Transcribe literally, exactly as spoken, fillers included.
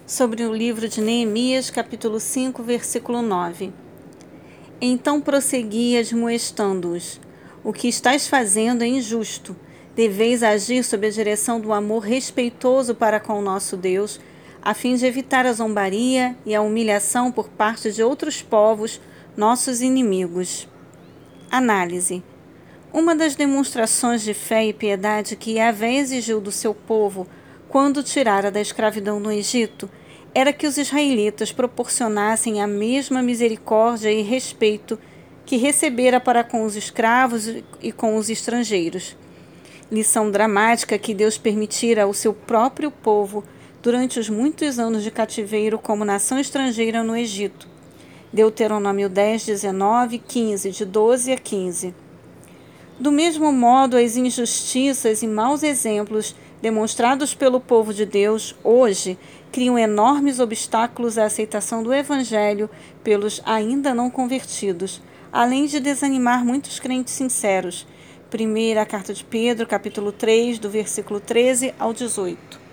sobre o livro de Neemias, capítulo cinco, versículo nove. Então prosseguia admoestando-os: o que estáis fazendo é injusto. Deveis agir sob a direção do amor respeitoso para com o nosso Deus, a fim de evitar a zombaria e a humilhação por parte de outros povos, nossos inimigos. Análise. Uma das demonstrações de fé e piedade que Yahvé exigiu do seu povo quando tirara da escravidão no Egito era que os israelitas proporcionassem a mesma misericórdia e respeito que recebera para com os escravos e com os estrangeiros. Lição dramática que Deus permitira ao seu próprio povo durante os muitos anos de cativeiro como nação estrangeira no Egito. Deuteronômio dez, dezenove, quinze, de doze a quinze. Do mesmo modo, as injustiças e maus exemplos demonstrados pelo povo de Deus hoje criam enormes obstáculos à aceitação do Evangelho pelos ainda não convertidos, além de desanimar muitos crentes sinceros. Primeira Carta de Pedro, capítulo três, do versículo treze ao dezoito.